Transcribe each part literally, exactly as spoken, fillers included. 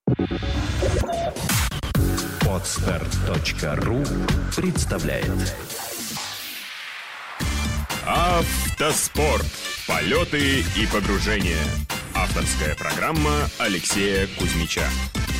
Подстер точка ру представляет Автоспорт. Полеты и погружения. Авторская программа Алексея Кузьмича.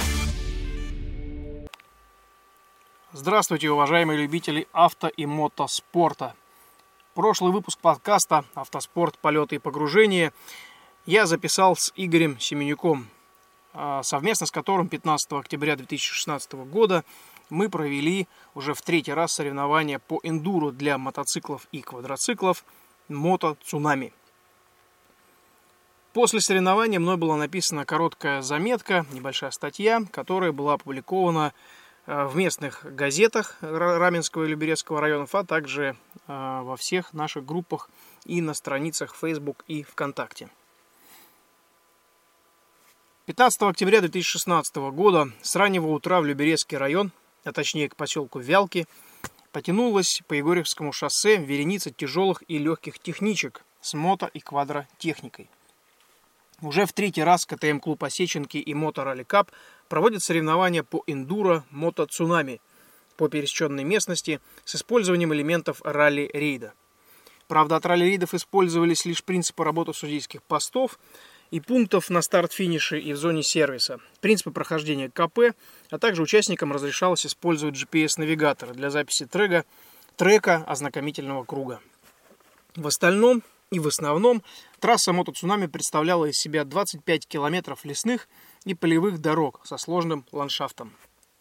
Здравствуйте, уважаемые любители авто и мотоспорта. Прошлый выпуск подкаста «Автоспорт. Полеты и погружения» я записал с Игорем Семенюком, совместно с которым пятнадцатого октября две тысячи шестнадцатого года мы провели уже в третий раз соревнования по эндуро для мотоциклов и квадроциклов «Мото Цунами». После соревнования мной была написана короткая заметка, небольшая статья, которая была опубликована в местных газетах Раменского и Люберецкого районов, а также во всех наших группах и на страницах Facebook и ВКонтакте. пятнадцатого октября две тысячи шестнадцатого года с раннего утра в Люберецкий район, а точнее к поселку Вялки, потянулась по Егорьевскому шоссе вереница тяжелых и легких техничек с мото- и квадротехникой. Уже в третий раз КТМ-клуб Осеченки и Мото Ралли Кап проводят соревнования по эндуро Мото Цунами по пересеченной местности с использованием элементов ралли-рейда. Правда, от ралли-рейдов использовались лишь принципы работы судейских постов и пунктов на старт-финише и в зоне сервиса, принципы прохождения КП, а также участникам разрешалось использовать джи пи эс-навигаторы для записи трека, трека ознакомительного круга. В остальном и в основном трасса Мото Цунами представляла из себя двадцать пять километров лесных и полевых дорог со сложным ландшафтом.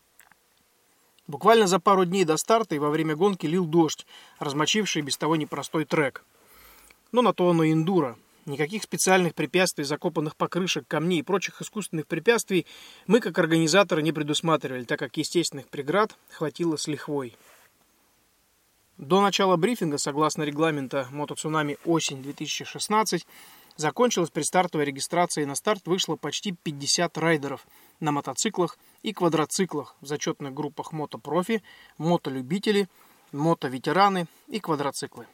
Буквально за пару дней до старта и во время гонки лил дождь, размочивший без того непростой трек. Но на то оно и эндуро. Никаких специальных препятствий, закопанных покрышек, камней и прочих искусственных препятствий мы, как организаторы, не предусматривали, так как естественных преград хватило с лихвой. До начала брифинга, согласно регламента Мото Цунами осень две тысячи шестнадцать, закончилась предстартовая регистрация, и на старт вышло почти пятьдесят райдеров на мотоциклах и квадроциклах в зачетных группах мотопрофи, мотолюбители, мотоветераны и квадроциклы.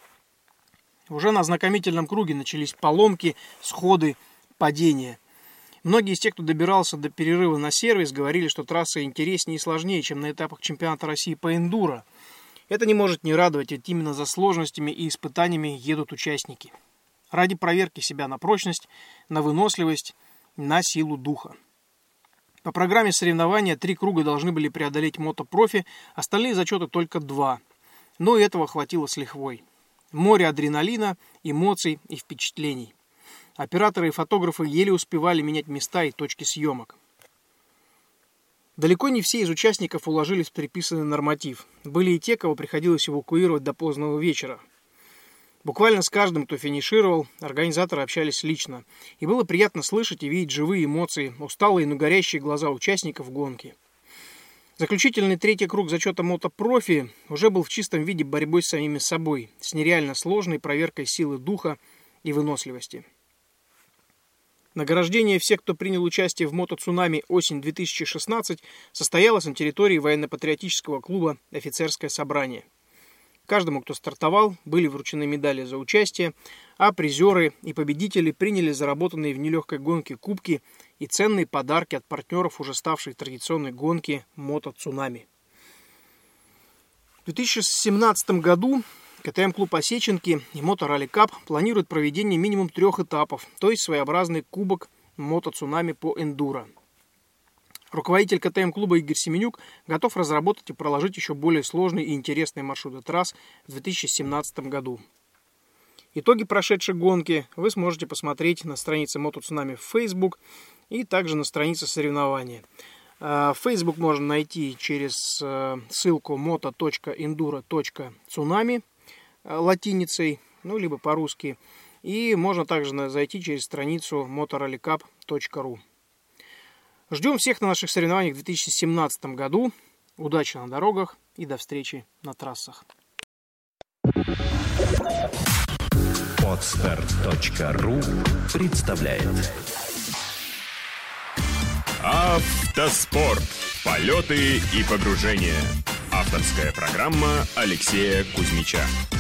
Уже на ознакомительном круге начались поломки, сходы, падения. Многие из тех, кто добирался до перерыва на сервис, говорили, что трасса интереснее и сложнее, чем на этапах чемпионата России по эндуро. Это не может не радовать, ведь именно за сложностями и испытаниями едут участники. Ради проверки себя на прочность, на выносливость, на силу духа. По программе соревнования три круга должны были преодолеть мотопрофи, остальные зачеты только два. Но и этого хватило с лихвой. Море адреналина, эмоций и впечатлений. Операторы и фотографы еле успевали менять места и точки съемок. Далеко не все из участников уложились в приписанный норматив. Были и те, кого приходилось эвакуировать до позднего вечера. Буквально с каждым, кто финишировал, организаторы общались лично. И было приятно слышать и видеть живые эмоции, усталые, но горящие глаза участников гонки. Заключительный третий круг зачета мотопрофи уже был в чистом виде борьбой с самими собой, с нереально сложной проверкой силы духа и выносливости. Награждение всех, кто принял участие в Мото Цунами осень две тысячи шестнадцать, состоялось на территории военно-патриотического клуба «Офицерское собрание». Каждому, кто стартовал, были вручены медали за участие, а призеры и победители приняли заработанные в нелегкой гонке кубки и ценные подарки от партнеров уже ставшей традиционной гонки Мото Цунами. В две тысячи семнадцатом году КТМ-клуб Осеченки и Мото Ралли Кап планируют проведение минимум трех этапов, то есть своеобразный кубок Мото Цунами по эндуро. Руководитель КТМ-клуба Игорь Семенюк готов разработать и проложить еще более сложные и интересные маршруты трасс в две тысячи семнадцатом году. Итоги прошедшей гонки вы сможете посмотреть на странице Мото Цунами в Facebook и также на странице соревнования. В Facebook можно найти через ссылку moto точка эндуро точка цунами латиницей, ну либо по-русски. И можно также зайти через страницу мото ралли кап точка ру. Ждем всех на наших соревнованиях в две тысячи семнадцатом году. Удачи на дорогах и до встречи на трассах. Подстер точка ру представляет Автоспорт. Полеты и погружения. Авторская программа Алексея Кузьмича.